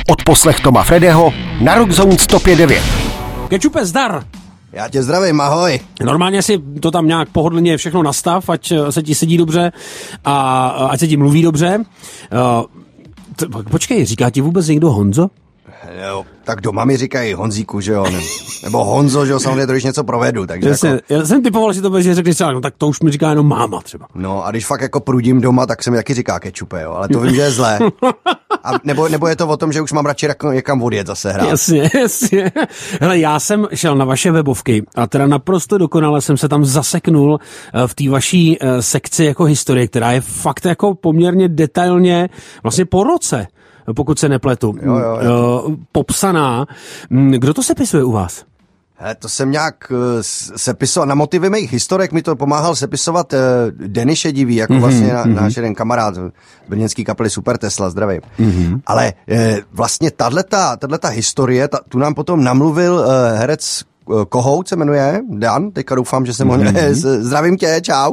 Odposlech Toma Fredeho na Rock Zone 105.9. Kečupe, zdar! Já tě zdravím, ahoj. Normálně si to tam nějak pohodlně všechno nastav, ať se ti sedí dobře a ať se ti mluví dobře. Počkej, říká ti vůbec někdo Honzo? Jo, tak doma mi říkají Honzíku, že jo, nebo Honzo, že jo, samozřejmě to, když něco provedu, takže jako... Já jsem typoval, že to bude, že řekneš třeba, no tak to už mi říká jenom máma třeba. No a když fakt jako prudím doma, tak se mi taky říká Kečupe, jo, ale to vím, že je zlé. A nebo je to o tom, že už mám radši někam odjet zase hrát. Jasně. Hele, já jsem šel na vaše webovky a teda naprosto dokonale jsem se tam zaseknul v té vaší sekci jako historie, která je fakt jako poměrně detailně vlastně po roce, pokud se nepletu, popsaná. Kdo to sepisuje u vás? Hele, to jsem nějak sepisoval, na motivy mých historek mi to pomáhal sepisovat Denny Šedivý, jako vlastně náš jeden kamarád brněnský kapely Super Tesla, zdravím. Ale vlastně tato historie, tu nám potom namluvil herec Kohout se jmenuje, Dan, teďka doufám, že jsem ho... Zdravím tě, čau.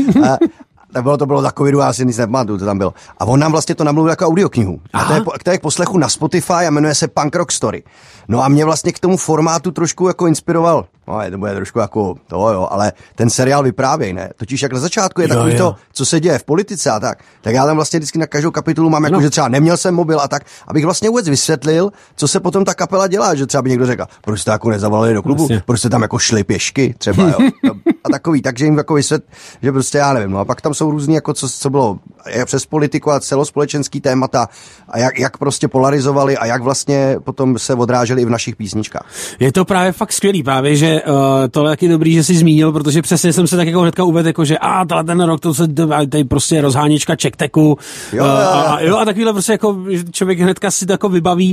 Tak to bylo za covidu, já si nic nepamatuju, to tam bylo. A on nám vlastně to namluvil jako audioknihu. A to je k poslechu na Spotify a jmenuje se Punk Rock Story. No a mě vlastně k tomu formátu trošku jako inspiroval. No, to bude trošku jako to, jo, ale ten seriál vyprávěj, ne? Totiž jak na začátku je takový to, co se děje v politice a tak já tam vlastně vždycky na každou kapitolu mám jako, že třeba neměl jsem mobil a tak, abych vlastně vůbec vysvětlil, co se potom ta kapela dělá, že třeba by někdo řekl, proč jste jako nezavolali do klubu, proč jste tam jako šli pěšky třeba, jo. A takový, takže jim jako že prostě já nevím, no a pak tam jsou různý jako co bylo přes politiku a celospolečenský témata a jak prostě polarizovali a jak vlastně potom se odráželi i v našich písničkách. Je to právě fakt skvělý, právě, že to je taky dobrý, že jsi zmínil, protože přesně jsem se tak jako hnedka uvedl, jako že ten rok, to se tady prostě rozhánička Čekteku a takovýhle prostě jako člověk hnedka si to jako vybaví.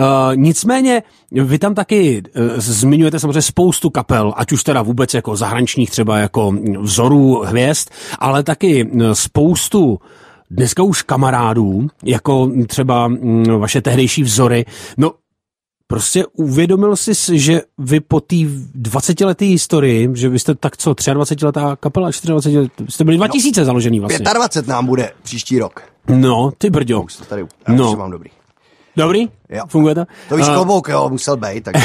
Nicméně vy tam taky zmiňujete samozřejmě spoustu kapel, ať už teda vůbec jako zahraničních třeba jako vzorů hvězd, ale taky spoustu dneska už kamarádů, jako třeba vaše tehdejší vzory. No, prostě uvědomil jsi, že vy po té 20leté historii, že vy jste tak co, 23letá kapela, 24letá, jste byli 2000 založený vlastně. 25 nám bude příští rok. No, ty brďo. Už to tady, už mám dobrý. Dobrý? Jo. Funguje to? To víš, klobouk, jo, musel být, takže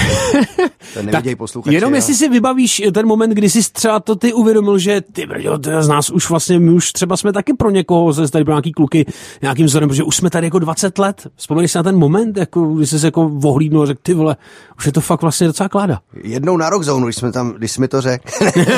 to nevidějí posluchači. Jenom jestli si vybavíš ten moment, kdy jsi třeba to ty uvědomil, že ty brďo, z nás už vlastně, my už třeba jsme taky pro někoho, tady pro nějaký kluky, nějakým vzorem, protože už jsme tady jako 20 let. Vzpomeneš si na ten moment, jako, kdy jsi se jako vohlídnul a řekl, ty vole, už je to fakt vlastně docela kláda. Jednou na Rock Zone, když jsi mi to řekl.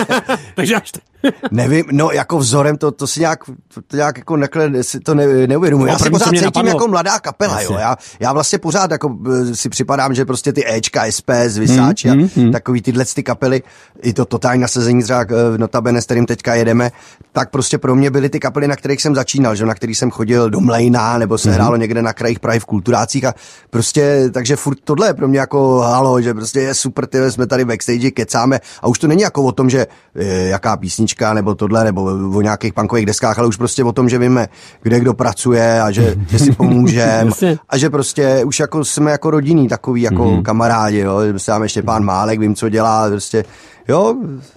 Takže až nevím, no jako vzorem, to si nějak jako to neuvědomuji. Já si pořád cítím jako mladá kapela, jo. Já vlastně pořád jako si připadám, že prostě ty Ečka, SPS, Vysáči a takový tyhle ty kapely, i to totální nasazení třeba notabene, s kterým teďka jedeme, tak prostě pro mě byly ty kapely, na kterých jsem začínal, že na kterých jsem chodil do Mlejna, nebo se hrálo někde na krajích Prahy v kulturácích a prostě, takže furt tohle je pro mě jako halo, že prostě je super, jsme tady backstage, kecáme a už to není jako o tom, že jaká písnička nebo tohle, nebo o nějakých punkových deskách, ale už prostě o tom, že víme, kde kdo pracuje a že si pomůžeme a že prostě už jako jsme jako rodinní takový jako kamarádi, jo, prostě máme Štěpán Málek, vím, co dělá, prostě, jo.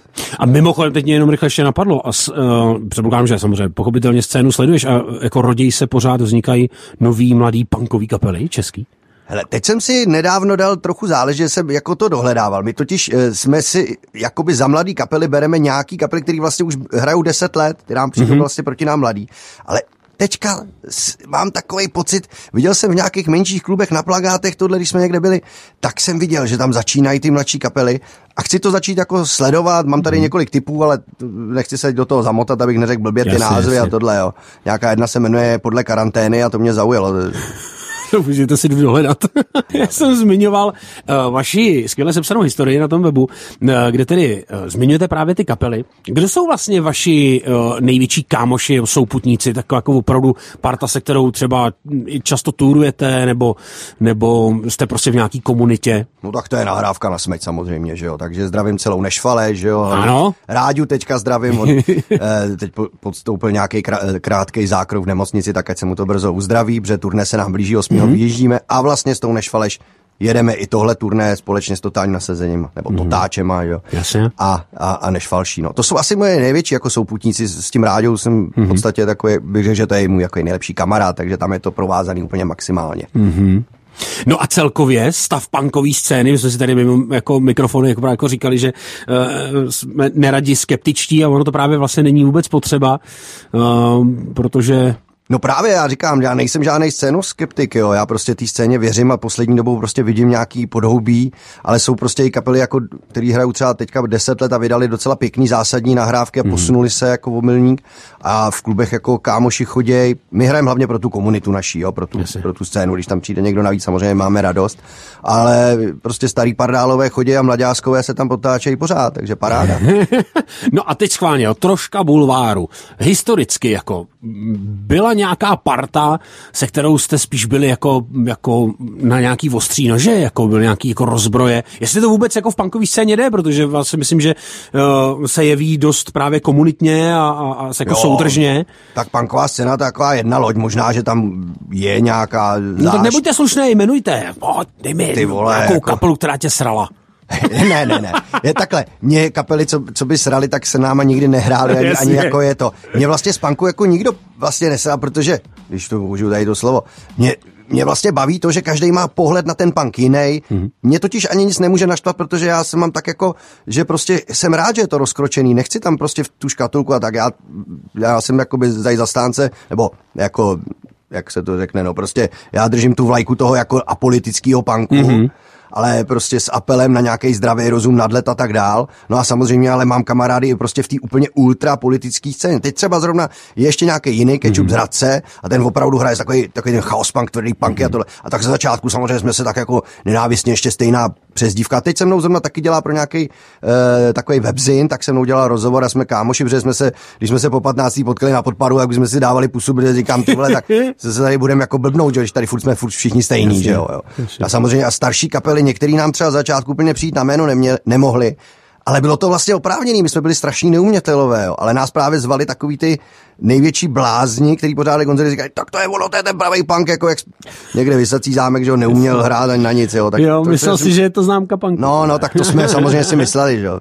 A mimochodem, teď mě jenom rychle ještě napadlo a předpokládám, že samozřejmě pochopitelně scénu sleduješ a jako rodí se pořád, vznikají nový mladý punkový kapely český. Hele, teď jsem si nedávno dal trochu záležet, že jsem jako to dohledával. My totiž jsme si jakoby za mladý kapely bereme nějaký kapely, který vlastně už hrajou 10 let, ty nám přijdou vlastně proti nám mladý, ale teďka mám takový pocit, viděl jsem v nějakých menších klubech na plakátech tohle, když jsme někde byli, tak jsem viděl, že tam začínají ty mladší kapely a chci to začít jako sledovat, mám tady několik typů, ale nechci se do toho zamotat, abych neřekl blbě ty názvy a tohle, jo. Nějaká jedna se jmenuje Podle karantény a to mě zaujalo. Můžete si dohledat. Já jsem zmiňoval vaši skvěle sepsanou historii na tom webu, kde tedy zmiňujete právě ty kapely. Kdo jsou vlastně vaši největší kámoši, souputníci, taková jako opravdu parta, se kterou třeba často tourujete, nebo jste prostě v nějaký komunitě? No tak to je nahrávka na smeť samozřejmě, že jo, takže zdravím celou Nešvale, že jo. Ano. Ráďu teďka zdravím, on teď podstoupil nějaký krátkej zákrok v nemocnici, tak ať se mu to brzo uzdraví, protože turné se nám blíží 8. vyjíždíme a vlastně s tou Nešvaleš jedeme i tohle turné společně s Totálním nasazením, nebo Totáčema, jo. Jasně. A Nešvalší, no. To jsou asi moje největší jako souputníci, s tím Ráďou jsem v podstatě takový, bych řekl, že to je můj jako nejlepší kamarád, takže tam je to provázaný úplně maximálně. No a celkově stav punkové scény, my jsme si tady mimo jako mikrofony jako říkali, že jsme neradi skeptičtí a ono to právě vlastně není vůbec potřeba, protože... No právě, já říkám, já nejsem žádný scénoskeptik, jo, já prostě té scéně věřím a poslední dobou prostě vidím nějaký podhoubí, ale jsou prostě i kapely, jako, který hrajou třeba teďka 10 let a vydali docela pěkný zásadní nahrávky a posunuli se jako omylník a v klubech jako kámoši choděj. My hrajeme hlavně pro tu komunitu naší, jo, pro tu scénu, když tam přijde někdo navíc, samozřejmě máme radost, ale prostě starý pardálové chodě a mlaďáskové se tam potáčejí pořád, takže paráda. No a teď schválně, jo, troška bulváru. Historicky jako byla nějaká parta, se kterou jste spíš byli jako na nějaký ostří nože, jako byl nějaký jako rozbroje. Jestli to vůbec jako v punkové scéně jde, protože vlastně myslím, že se jeví dost právě komunitně a se jako soudržně. Tak punková scéna to je taková jedna loď, možná, že tam je nějaká... No tak nebuďte slušné, jmenujte. Dej mi nějakou kapelu, která tě srala. Ne. Je takhle. Mě kapely, co by srali, tak se náma nikdy nehráli, ani jako je to. Mě vlastně z punku jako nikdo vlastně nesral, protože, když to můžu tady to slovo, mě vlastně baví to, že každý má pohled na ten punk jiný. Mě totiž ani nic nemůže naštvat, protože já se mám tak jako, že prostě jsem rád, že je to rozkročený. Nechci tam prostě v tu škatulku a tak. Já jsem jakoby tady zastánce, nebo jako, jak se to řekne, no prostě já držím tu vlajku toho jako apolitického punku. Ale prostě s apelem na nějaký zdravý rozum, nadhled a tak dál. No a samozřejmě, ale mám kamarády i prostě v té úplně ultra politické scéně. Teď třeba zrovna je ještě nějaký jiný Ketchup z Hradce a ten opravdu hraje takový ten chaos punk, tvrdý punky a tohle. A tak ze začátku samozřejmě jsme se tak jako nenávistně ještě stejná přezdívka. Teď se mnou zrovna taky dělá pro nějaký takový webzin, tak se mnou dělal rozhovor a jsme kámoši, protože když jsme se po 15. potkali na Podpadu, jak jsme si dávali pusu, protože říkám tyhle, tak se tady budeme jako blbnout, že když tady jsme furt všichni stejní, že jo. A samozřejmě a starší kapely, některý nám třeba začátku úplně přijít na jméno nemohli, ale bylo to vlastně oprávněný, my jsme byli strašní neumětelové, jo, ale nás právě zvali takový ty největší blázni, který pořádali koncerty, říkají, tak to je ono, to je ten pravý punk, jako jak někde Vysací zámek, že ho neuměl hrát ani na nic, jo. Tak jo, myslel si, že je to známka punku. No, tak to jsme samozřejmě si mysleli, že jo.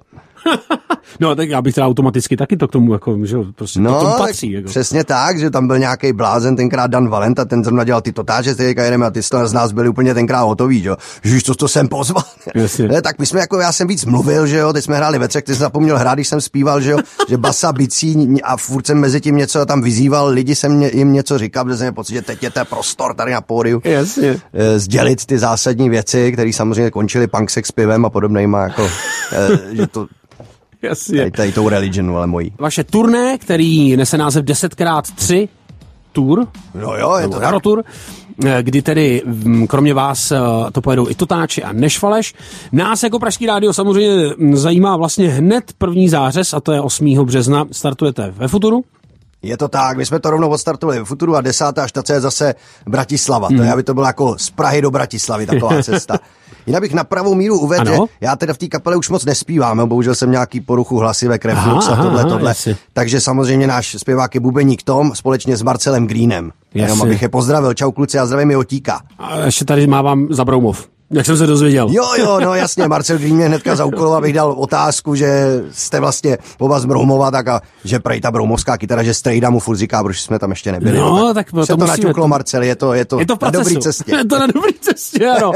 No, tak já bych teda automaticky taky to k tomu, jako, že prostě to k tomu patří. Jako. Přesně tak, že tam byl nějaký blázen, tenkrát Dan Valenta, ten zrovna dělal ty totáže, teďka jedeme a ty z nás byli úplně tenkrát hotový, že jo. Žíš, to jsem pozval. Ne, tak my jsme jako, já jsem víc mluvil, že jo, teď jsme hráli ve třech, ty jsem zapomněl hrát, když jsem zpíval, že jo, že basa, bicí a furt jsem mezi tím něco tam vyzýval, lidi jsem jim něco říkal, protože jsem měl pocit, že teď je to prostor tady na pódiu. Jasně. Sdělit ty zásadní věci, které samozřejmě končily punk sex pivem a podobnejma, jako, že to jasně. Tady tou religionu, ale mojí. Vaše turné, který nese název 10x3 tour, no jo, je to Eurotour, kdy tedy kromě vás to pojedou i Totáči a Nešvaleš. Nás jako Pražský rádio samozřejmě zajímá vlastně hned první zářez, a to je 8. března, startujete ve Futuru. Je to tak, my jsme to rovnou odstartovali ve Futuru a 10. štace je zase Bratislava. To je, aby to bylo jako z Prahy do Bratislavy, taková cesta. Jinak bych na pravou míru uvedl, že já teda v té kapele už moc nespívám, bohužel jsem nějaký poruchu hlasivé krevnux a tohle. Takže samozřejmě náš zpěvák je bubeník Tom společně s Marcelem Greenem. Jenom abych je pozdravil. Čau kluci, a zdravím i Otíka. A ještě tady mávám za Broumov. Jak jsem se dozvěděl. Jo, no jasně, Marcel Green mě hnedka zaúkoloval, abych dal otázku, že jste vlastně oba z Broumova, tak a že prej ta broumovská kytara, že Strejda mu furt říká, protože jsme tam ještě nebyli. No, tak se to naťuklo, Marcel, je to na dobrý cestě. Je to na dobrý cestě, ano.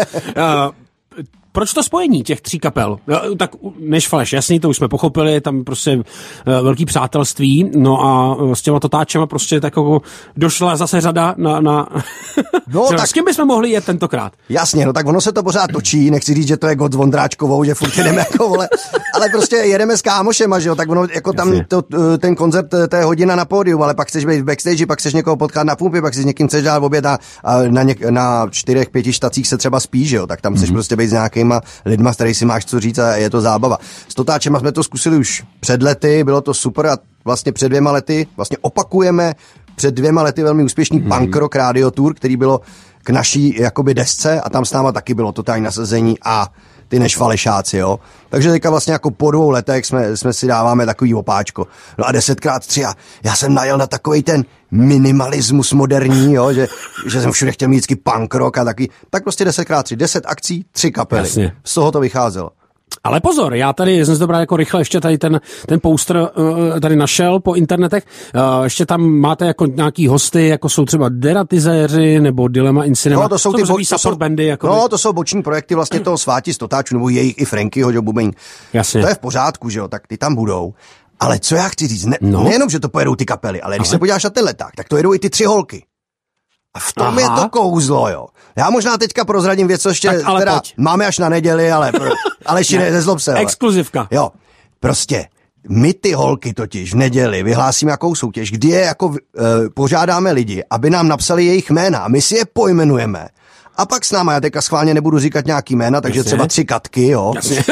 Proč to spojení těch tří kapel? Tak Nešvaleš, jasný, to už jsme pochopili, tam prostě velký přátelství, no a s těma Totáčema prostě tak jako došla zase řada na no, tak... S kým bychom mohli jet tentokrát? Jasně, no tak ono se to pořád točí, nechci říct, že to je God s Vondráčkovou, že furt jdeme jako vole, ale prostě jedeme s kámošema, že jo, tak ono jako tam ten koncert, to je hodina na pódiu, ale pak chceš být v backstage, pak chceš někoho potkat na pumpě, pak si s někým chceš dát oběd a na 4-5 štacích se třeba spíš, že jo, tak tam chceš prostě být s nějakým lidma, s který si máš co říct a je to zábava. S Totáčema jsme to zkusili už před lety, bylo to super a vlastně před 2 lety, vlastně opakujeme před 2 lety velmi úspěšný punk rock radio tour, který bylo k naší jakoby desce a tam s náma taky bylo totální nasazení a ty Nešvalešáci, jo. Takže teďka vlastně jako po 2 letech jsme si dáváme takový opáčko. No a 10x3 já jsem najel na takovej ten minimalismus moderní, jo, že jsem všude chtěl mít vždycky punk rock a taky. Tak prostě 10x3, 10 akcí, 3 kapely. Jasně. Z toho to vycházelo. Ale pozor, já tady jsem si to bral jako rychle, ještě tady ten poster tady našel po internetech, ještě tam máte jako nějaký hosty, jako jsou třeba Deratizéři nebo Dilema in Cinema. No, to jsou ty support bandy. Jako no, to jsou boční projekty vlastně toho Sváti z Totáčů, nebo jejich i Frankyho, že Bubeň. Jasně. To je v pořádku, že jo, tak ty tam budou. Ale co já chci říct, nejenom, že to pojedou ty kapely, ale když se podíváš na ten leták, tak to jedou i ty 3 holky. A v tom je to kouzlo, jo. Já možná teďka prozradím věc, co ještě teda máme až na neděli, ale ještě nezlob se. Exkluzivka. Jo, prostě my ty holky totiž v neděli vyhlásíme jakou soutěž, kdy je jako požádáme lidi, aby nám napsali jejich jména a my si je pojmenujeme. A pak s náma, já teďka schválně nebudu říkat nějaký jména, takže třeba 3 Katky, jo.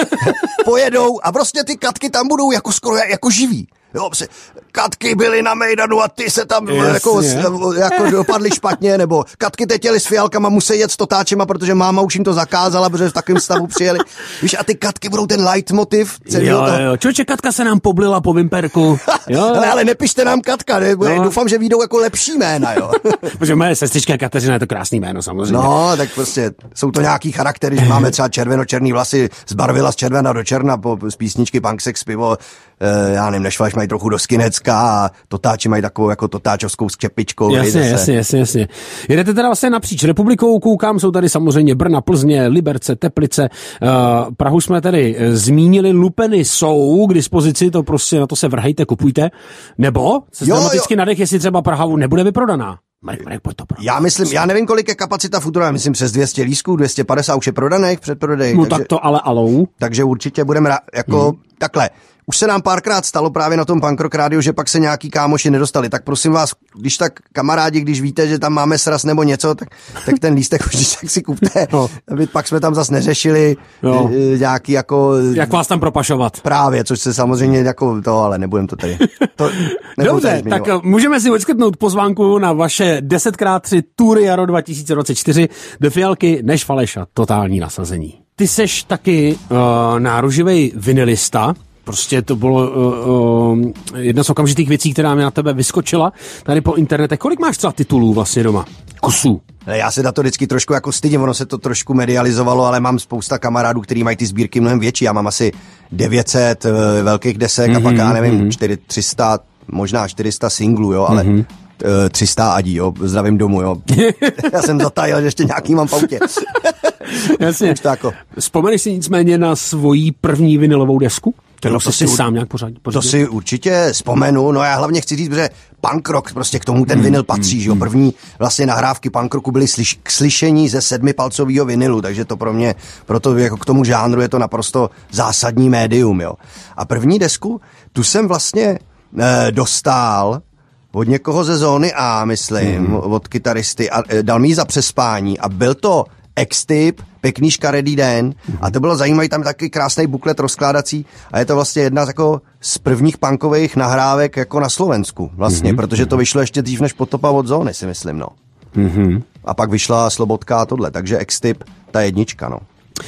Pojedou a prostě ty Katky tam budou jako skoro jako živí. Jo, Katky byly na mejdanu a ty se tam jako dopadly špatně, nebo Katky teď jeli s fialkama, musí jet s Totáčema, protože máma už jim to zakázala, protože v takovém stavu přijeli. Víš, a ty Katky budou ten leitmotiv celého toho. Jo. Člověče, Katka se nám poblila po Vimperku. Ale nepište nám Katka, ne? Doufám, že vyjdou jako lepší jména, jo. Protože moje sestřička Kateřina je to krásný jméno, samozřejmě. No, tak prostě jsou to nějaký charaktery, že máme třeba červeno-černý vlasy, zbarvila z červena do černa z písničky Punk Sex Pivo, já nevím, Nešvaš mají trochu do skinecka a Totáči mají takovou jako totáčovskou skřepičkou. Jasně. Jedete teda vlastně napříč republikou, koukám, jsou tady samozřejmě Brna, Plzně, Liberce, Teplice, Prahu jsme tady zmínili, lupeny jsou k dispozici, to prostě na to se vrhejte, kupujte, nebo se dramaticky nadech, jestli třeba Praha nebude vyprodaná. Marek, pojď to já nevím, kolik je kapacita Futura, myslím přes 200 lístků, 250 už je prodaných, předprodej. No takže, tak to ale alou. Takže určitě budeme takhle. Už se nám párkrát stalo právě na tom Punk Rock rádiu, že pak se nějaký kámoši nedostali. Tak prosím vás, když tak kamarádi, když víte, že tam máme sraz nebo něco, tak ten lístek už tak si kupte. No. Pak jsme tam zase neřešili nějaký jako... Jak vás tam propašovat. Právě, což se samozřejmě jako to, ale nebudem to tady. Dobře, tak můžeme si odškrtnout pozvánku na vaše 10x3 tury jaro 2024 do Fialky než Faleša. Totální nasazení. Ty seš taky náruživej vinilista. Prostě to bylo jedna z okamžitých věcí, která mi na tebe vyskočila tady po internetech. Kolik máš třeba titulů vlastně doma? Kusů? Já se na to vždycky trošku jako stydím, ono se to trošku medializovalo, ale mám spousta kamarádů, kteří mají ty sbírky mnohem větší. Já mám asi 900 velkých desek a pak já nevím, 300, možná 400 singlů, jo, ale 300 adí, jo, zdravím domů, jo. Já jsem zatajil, že ještě nějaký mám v autě. Jasně. Vzpomeneš si nicméně na svoji první vinilovou desku? No, to si sám nějak pořádně. To si určitě vzpomenu, no já hlavně chci říct, že punk rock, prostě k tomu ten vinyl patří, že jo, první vlastně nahrávky punk rocku byly k slyšení ze 7palcového vinilu, takže to pro mě, proto jako k tomu žánru je to naprosto zásadní médium, jo. A první desku, tu jsem vlastně dostal od někoho ze zóny A, myslím, od kytaristy a dal mi ji za přespání a byl to X-Tip, Pěkný škaredý den a to bylo zajímavý, tam taky krásný buklet rozkládací a je to vlastně jedna z prvních punkových nahrávek jako na Slovensku vlastně, protože to vyšlo ještě dřív než Potopa od zóny, si myslím, no. A pak vyšla Slobodka a tohle, takže X-Tip, ta jednička, no.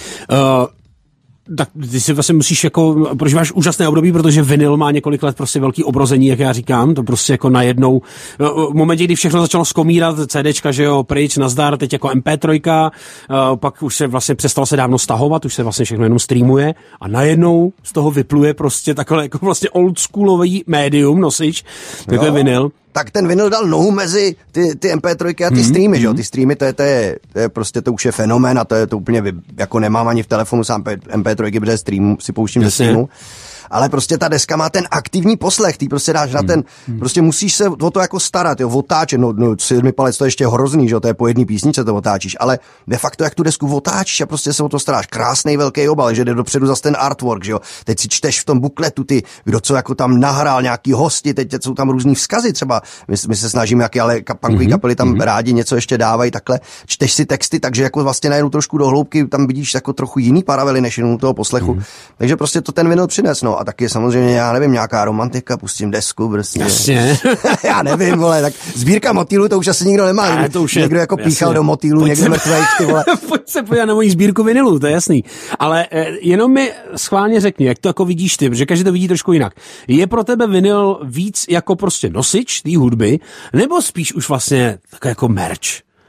Tak ty si vlastně musíš jako prožíváš úžasné období, protože vinyl má několik let prostě velký obrození, jak já říkám, to prostě jako najednou v momentě, kdy všechno začalo skomírat, CDčka, že jo, pryč, nazdar, teď jako MP3, pak už se vlastně přestalo se dávno stahovat, už se vlastně všechno jenom streamuje a najednou z toho vypluje prostě takhle jako vlastně oldschoolový médium, nosič, jako je vinyl. Tak ten vinyl dal nohu mezi ty MP3 a ty streamy, že jo? Ty streamy, to je prostě, to už je fenomén a to úplně, jako nemám ani v telefonu sám MP3, protože stream si pouštím ze streamu. Ale prostě ta deska má ten aktivní poslech, ty prostě dáš na ten, prostě musíš se o to jako starat, jo, otáčet, no 7 palec to je ještě hrozný, že jo, to je po jedné písničce to otáčíš, ale de facto jak tu desku otáčíš a prostě se o to staráš, krásný velký obal, že jde dopředu zase ten artwork, že jo, teď si čteš v tom bukletu ty, kdo co jako tam nahrál, nějaký hosti, teď jsou tam různý vzkazy třeba, my se snažíme, jaký ale punkový kapely tam rádi něco ještě dávají, takhle, čteš si texty, takže jako vlastně najednou trošku do hloubky, tam vidíš jako trochu jiný paralely než jenom toho poslechu, takže prostě to ten vinyl přines, no. A taky samozřejmě, já nevím, nějaká romantika, pustím desku, prostě. Jasně. Já nevím, vole, tak sbírka motýlů, to už asi nikdo nemá. Ne, to už je, někdo jako píchal do motýlů, někdo mrtvejch, ty vole. Pojď se podívat na moji sbírku vinylů, to je jasný. Ale jenom mi schválně řekni, jak to jako vidíš ty, protože každý to vidí trošku jinak. Je pro tebe vinyl víc jako prostě nosič té hudby, nebo spíš už vlastně takový jako merch?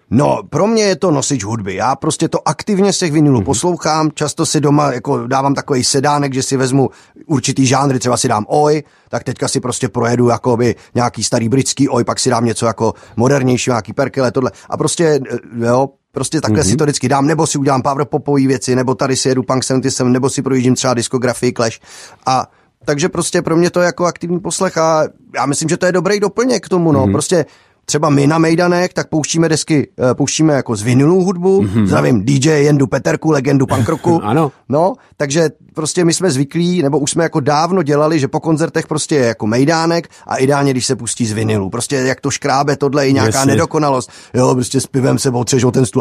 No, pro mě je to nosič hudby. Já prostě to aktivně z těch vinylů poslouchám, často si doma jako dávám takový sedánek, že si vezmu určitý žánry, třeba si dám oj, tak teďka si prostě projedu jakoby nějaký starý britský oj, pak si dám něco jako modernější, nějaký perkele, tohle. A prostě, jo, prostě takhle si to vždycky dám, nebo si udělám power popový věci, nebo tady si jedu Punk 77, nebo si projíždím třeba diskografii Clash. A takže prostě pro mě to je jako aktivní poslech a já myslím, že to je dobrý doplněk k tomu, no, prostě třeba my na Mejdanech, tak pouštíme desky, pouštíme jako z vinylů hudbu, zdravím DJ Jendu Peterku, legendu punk rocku. Ano. No, takže prostě my jsme zvyklí, nebo už jsme jako dávno dělali, že po koncertech prostě je jako Mejdánek a ideálně, když se pustí z vinylu. Prostě jak to škrábe, tohle je nějaká nedokonalost. Jo, prostě s pivem se otřeš o ten stůl.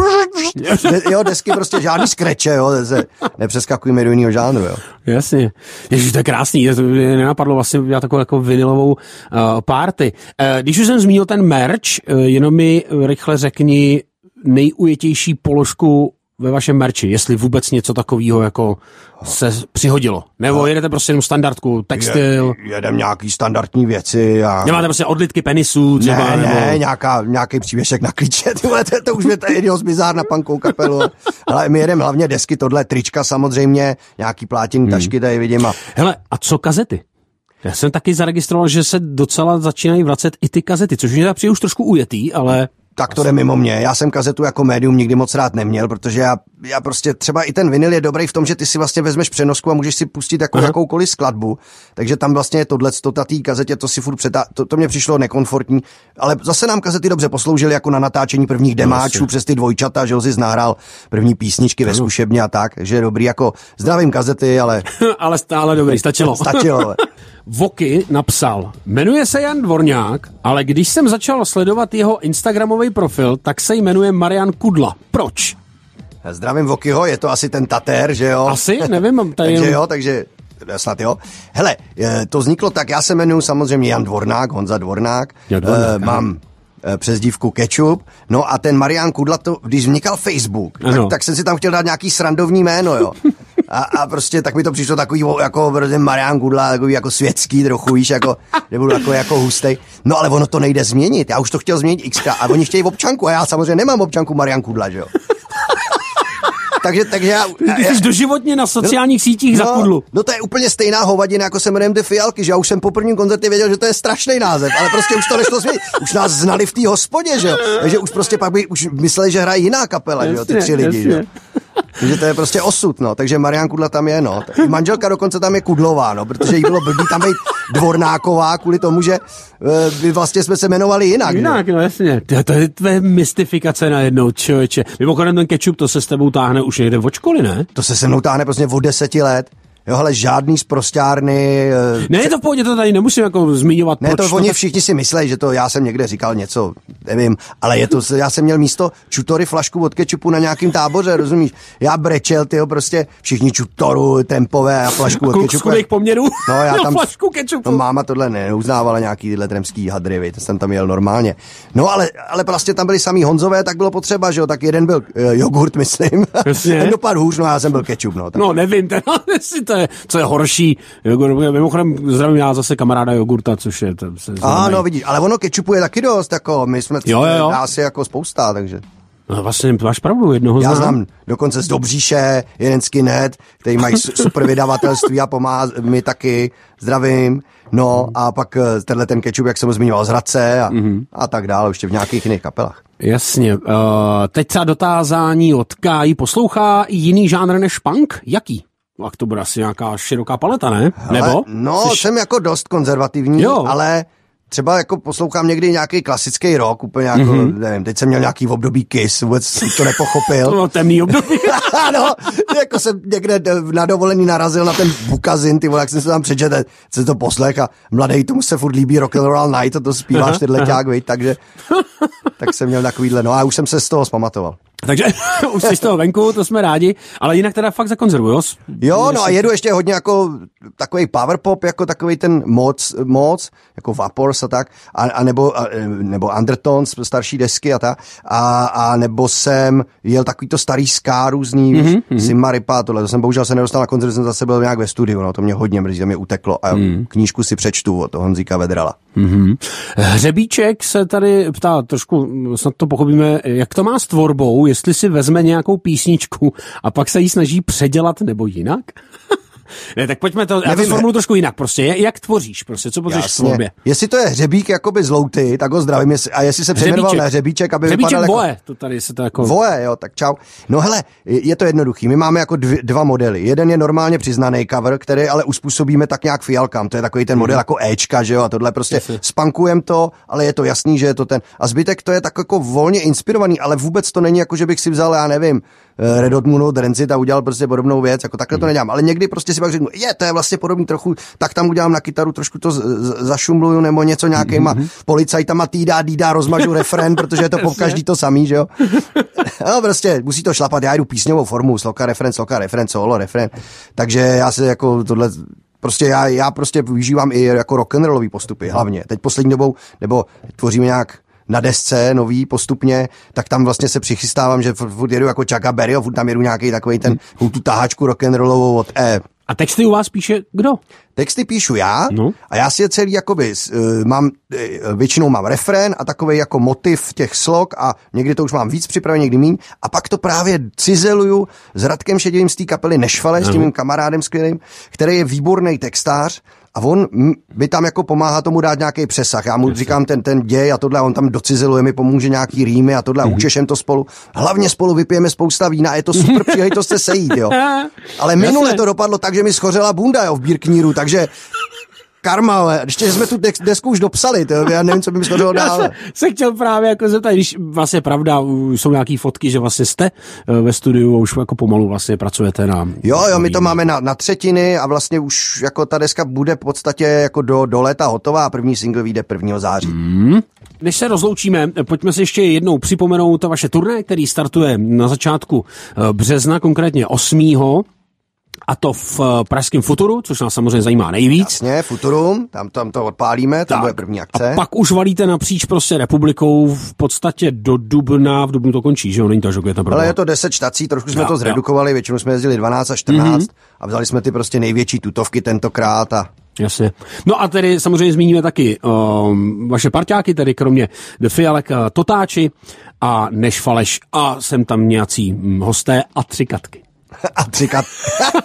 Jo, desky prostě žádný skreče, jo, nepřeskakujeme do jiného žánru, jo. Jasně. Ježiš, to je krásný, to mě nenapadlo vlastně udělat takovou jako vinylovou party. Když už jsem zmínil ten merch, jenom mi rychle řekni nejujetější položku ve vašem merči, jestli vůbec něco takového jako se přihodilo. Nebo jedete prostě jenom standardku, textil. Jedem nějaký standardní věci. A... Nemáte prostě odlitky penisů třeba? Ne, nějaký přívěšek na klíče. To už je to jedno z bizár na punkovou kapelu. Ale my jedeme hlavně desky, tohle trička samozřejmě, nějaký plátěný tašky tady vidím. Hele, a co kazety? Já jsem taky zaregistroval, že se docela začínají vracet i ty kazety, což mě přijde už trošku ujetý, ale... Tak to jde mimo mě. Já jsem kazetu jako médium nikdy moc rád neměl, protože já prostě třeba i ten vinyl je dobrý v tom, že ty si vlastně vezmeš přenosku a můžeš si pustit jako jakoukoliv skladbu. Takže tam vlastně je tohleto, ta té kazetě, to si furt to mě přišlo nekomfortní, ale zase nám kazety dobře posloužily jako na natáčení prvních demáčů přes ty dvojčata, že Ozzy nahrál první písničky ve zkušebně a tak, že je dobrý jako zdravím kazety, ale... ale stále dobrý, stačilo. Stačilo. Voky napsal, jmenuje se Jan Dvorňák, ale když jsem začal sledovat jeho instagramový profil, tak se jmenuje Marian Kudla. Proč? Zdravím Vokyho, je to asi ten Tatér, že jo? Asi, nevím, mám tady... takže jo, takže snad jo. Hele, to vzniklo tak, já se jmenuji samozřejmě Jan Dvornák, Honza Dvornák, mám přezdívku Ketchup, no a ten Marian Kudla, když vznikal Facebook, tak jsem si tam chtěl dát nějaký srandovní jméno, jo. A prostě tak mi to přišlo takový jako Marian Kudla, takový jako světský trochu, víš, jako, nebudu jako hustej. No ale ono to nejde změnit, já už to chtěl změnit xkrát a oni chtějí občanku a já samozřejmě nemám občanku Marian Kudla, že jo. Takže já jsi doživotně na sociálních sítích za Kudlu. No to je úplně stejná hovadina, jako se jmenujem ty Fialky, že já už jsem po prvním koncertě věděl, že to je strašný název, ale prostě už to nešlo změnit. Už nás znali v té hospodě, že jo. Takže už prostě pak by už mysleli, že hraje jiná kapela, že jo, ty tři lidi, že jo. Takže to je prostě osud, no. Takže Marian Kudla tam je, no. Manželka dokonce tam je Kudlová, no, protože jí bylo blbý tam být Dvornáková kvůli tomu, že my vlastně jsme se jmenovali jinak. Jinak, no jasně. To je mystifikace najednou, člověče. Mimochodem ten Ketchup, to se s tebou táhne už někde od školy, ne? To se mnou táhne prostě od 10 let. Jo, ale žádný zprosťárny... Ne, je to v pohodě, to tady nemusím jako zmiňovat. Ne, to oni všichni si myslí, že to já jsem někde říkal něco, nevím, ale je to, já jsem měl místo čutory flašku od Ketchupu na nějakým táboře, rozumíš? Já brečel, tyho prostě všichni čutoru, tempové a flašku od Ketchupu. Kluk pomněrů no, já tam, flašku Ketchupu. No, máma tohle neuznávala nějaký tyhle tremský hadry, to jsem tam jel normálně. No, ale vlastně tam byli samý Honzové, tak bylo potřeba, že jo, tak jeden byl jogurt, myslím. Ten dopadl hůř, no já jsem byl Ketchup, no. Tak. No, nevím, co je horší. Mimochodem zdravím já zase kamaráda jogurta, což je... No vidíš, ale ono Ketchupu je taky dost, jako my jsme asi jako spousta, takže... No vlastně máš pravdu, jednoho já znám dokonce z Dobříše, jeden skinhead, který mají super vydavatelství a pomáhá mi taky, zdravím. No a pak tenhle ten Ketchup, jak jsem ho zmiňoval, z Hradce a tak dále, ještě v nějakých jiných kapelách. Jasně. Teď třeba dotázání od Káji, poslouchá i jiný žánr než punk? Jaký? Tak to bude asi nějaká široká paleta, ne? Hele, nebo? No, jsem jako dost konzervativní, ale třeba jako poslouchám někdy nějaký klasický rock, úplně jako, nevím, teď jsem měl nějaký období Kiss, vůbec jsem to nepochopil. To bylo temný období. No, jako jsem někde na dovolený narazil na ten Bukazin, ty vole, jak jsem se tam přečetl, jsem to poslech a mladej, tomu se furt líbí Rock and Roll Night, to zpíváš tyhle ťák, takže tak jsem měl takovýhle, no a už jsem se z toho zpamatoval. Takže už jsi z toho venku, to jsme rádi, ale jinak teda fakt zakonzervuju. Jo, no a jedu ještě hodně jako takový power pop, jako takový ten moc jako Vapors a tak, a nebo Undertones, starší desky a tak, a nebo jsem jel takový to starý ska různý, Simma Ripa a tohle, to jsem bohužel se nedostal na koncert, jsem zase byl nějak ve studiu, no to mě hodně mrzí, to mě uteklo a knížku si přečtu od toho Honzíka Vedrala. Hřebíček se tady ptá, trošku snad to pochopíme, jak to má s tvorbou, jestli si vezme nějakou písničku a pak se jí snaží předělat nebo jinak? Ne, tak pojďme to, já to sformuluji trošku jinak prostě. Jak tvoříš prostě, co potřebuješ v tvorbě? Jestli to je hřebík jakoby z Louty, tak ho zdravím, a jestli se přejmenoval na hřebíček, aby vypadal jako... Voe, to tady se to jako... Voe, jo, tak čau. No hele, je to jednoduchý, my máme jako dva modely. Jeden je normálně přiznaný cover, který ale uspůsobíme tak nějak fialkám, to je takový ten model jako Ečka, že jo, a tohle prostě spankujeme to, ale je to jasný, že je to ten... A zbytek to je tak jako volně inspirovaný, ale vůbec to není jako, že bych si vzal, já nevím, Red Hot Moon Rancid a udělal prostě podobnou věc, jako takhle to nedělám, ale někdy prostě si pak řeknu, to je vlastně podobný trochu, tak tam udělám na kytaru, trošku to zašumluju nebo něco nějakýma policajtama týdá, rozmažu refrén, protože je to pokaždý to samý, že jo. No prostě musí to šlapat, já jdu písňovou formu, sloka, refrén, solo, refrén, takže já se jako tohle prostě já prostě využívám i jako rock'n'rollový postupy hlavně. Teď poslední dobou, nebo tvoříme nějak na desce nový postupně, tak tam vlastně se přichystávám, že furt jedu jako Chucka Berryho, furt tam jedu nějaký takovej tu taháčku rock'n'rollovou od A texty u vás píše kdo? Texty píšu já a já si je celý jakoby většinou mám refrén a takovej jako motiv těch slok a někdy to už mám víc připravený, někdy míň a pak to právě cizeluju s Radkem Šeděvým z té kapely Nešvale, s tím mým kamarádem skvělým, který je výborný textář a on mi tam jako pomáhá tomu dát nějaký přesah. Já mu říkám ten děj a tohle a on tam docizeluje, mi pomůže nějaký rýmy a tohle a učešem to spolu. Hlavně spolu vypijeme spousta vína a je to super příležitost se sejít, jo. Ale minule to dopadlo tak, že mi schořela bunda, jo, v Birkníru, takže karma, ale ještě jsme tu desku už dopsali, to já nevím, co by mi schořilo dál. Se chtěl právě jako zeptat, když vlastně pravda, jsou nějaký fotky, že vlastně jste ve studiu už jako pomalu vlastně pracujete na... Jo, my to máme na třetiny a vlastně už jako ta deska bude v podstatě jako do léta hotová a první single vyjde 1. září. Než se rozloučíme, pojďme si ještě jednou připomenout to vaše turné, který startuje na začátku března, konkrétně 8. A to v pražském Futuru, což nás samozřejmě zajímá nejvíc. Jasně, Futurum, tam to odpálíme, tam bude první akce. A pak už valíte napříč prostě republikou v podstatě do dubna, v dubnu to končí, že jo, není to, že května. Ale je to 10 štací, trošku jsme to zredukovali, většinou jsme jezdili 12 a 14 a vzali jsme ty prostě největší tutovky tentokrát a... Jasně. No a tedy samozřejmě zmíníme taky vaše parťáky, tedy kromě The Fialek, Totáči a Nešvaleš a sem tam nějací hosté a 3 katky. A 3 katky.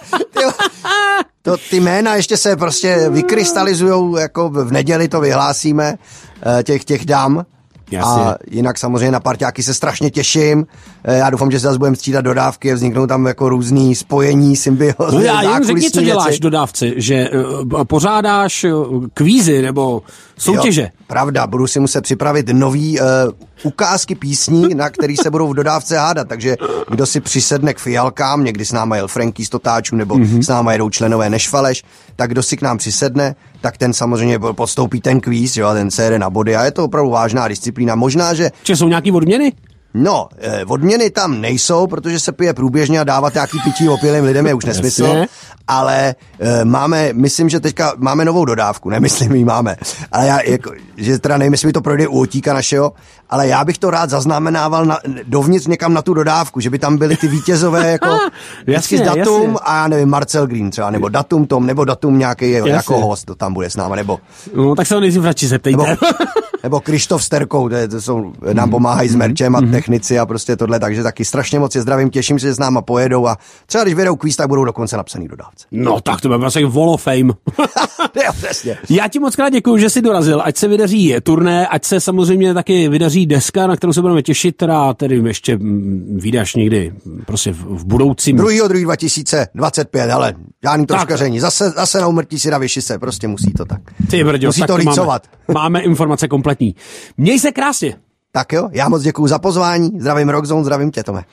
Ty jména ještě se prostě vykrystalizujou, jako v neděli to vyhlásíme, těch dám. Jasně. A jinak samozřejmě na parťáky se strašně těším. Já doufám, že se zase budeme střídat dodávky, vzniknou tam jako různý spojení, symbiozy. No já jim řekni, co děláš dodávci, že pořádáš kvízy nebo soutěže. Jo, pravda, budu si muset připravit nový ukázky písní, na který se budou v dodávce hádat, takže kdo si přisedne k Fialkám, někdy s náma jel Franky z Totáčů, nebo s náma jedou členové Nešvaleš, tak kdo si k nám přisedne, tak ten samozřejmě podstoupí ten kvíz, jo, ten se jede na body a je to opravdu vážná disciplína. Možná, že... Jsou nějaký odměny? No, odměny tam nejsou, protože se pije průběžně a dávat nějaký pití opilým lidem je už nesmysl, ale myslím, že teďka máme novou dodávku, nemyslím, ji máme, ale já, jako, že teda nevím, jestli mi to projde u Otíka našeho, ale já bych to rád zaznamenával dovnitř někam na tu dodávku, že by tam byly ty vítězové jako vždycky datum a já nevím, Marcel Green třeba, nebo datum Tom, nebo datum nějaký jako host, to tam bude s náma, nebo... No, tak se ho nejdřív radši zeptejte. Nebo Krištof s Terkou, to jsou, nám pomáhají s merčem a technici a prostě tohle, takže taky strašně moc je zdravím, těším se, že s náma pojedou a třeba když vyjedou kvíz, tak budou dokonce napsaný dodávce. No tak to bude vlastně Wall of Fame. Jo, přesně. Já ti moc krát děkuju, že jsi dorazil, ať se vydaří turné, ať se samozřejmě taky vydaří deska, na kterou se budeme těšit, tedy ještě vydáš někdy prostě v budoucím. 2.2.2025, ale žádný troškaření, zase na umrtí si na Vyšice, prostě musí to tak. Ty brďo, musí tak to rýcovat. Máme informace kompletní. Měj se krásně. Tak jo, já moc děkuju za pozvání, zdravím Rockzone, zdravím tě, Tome.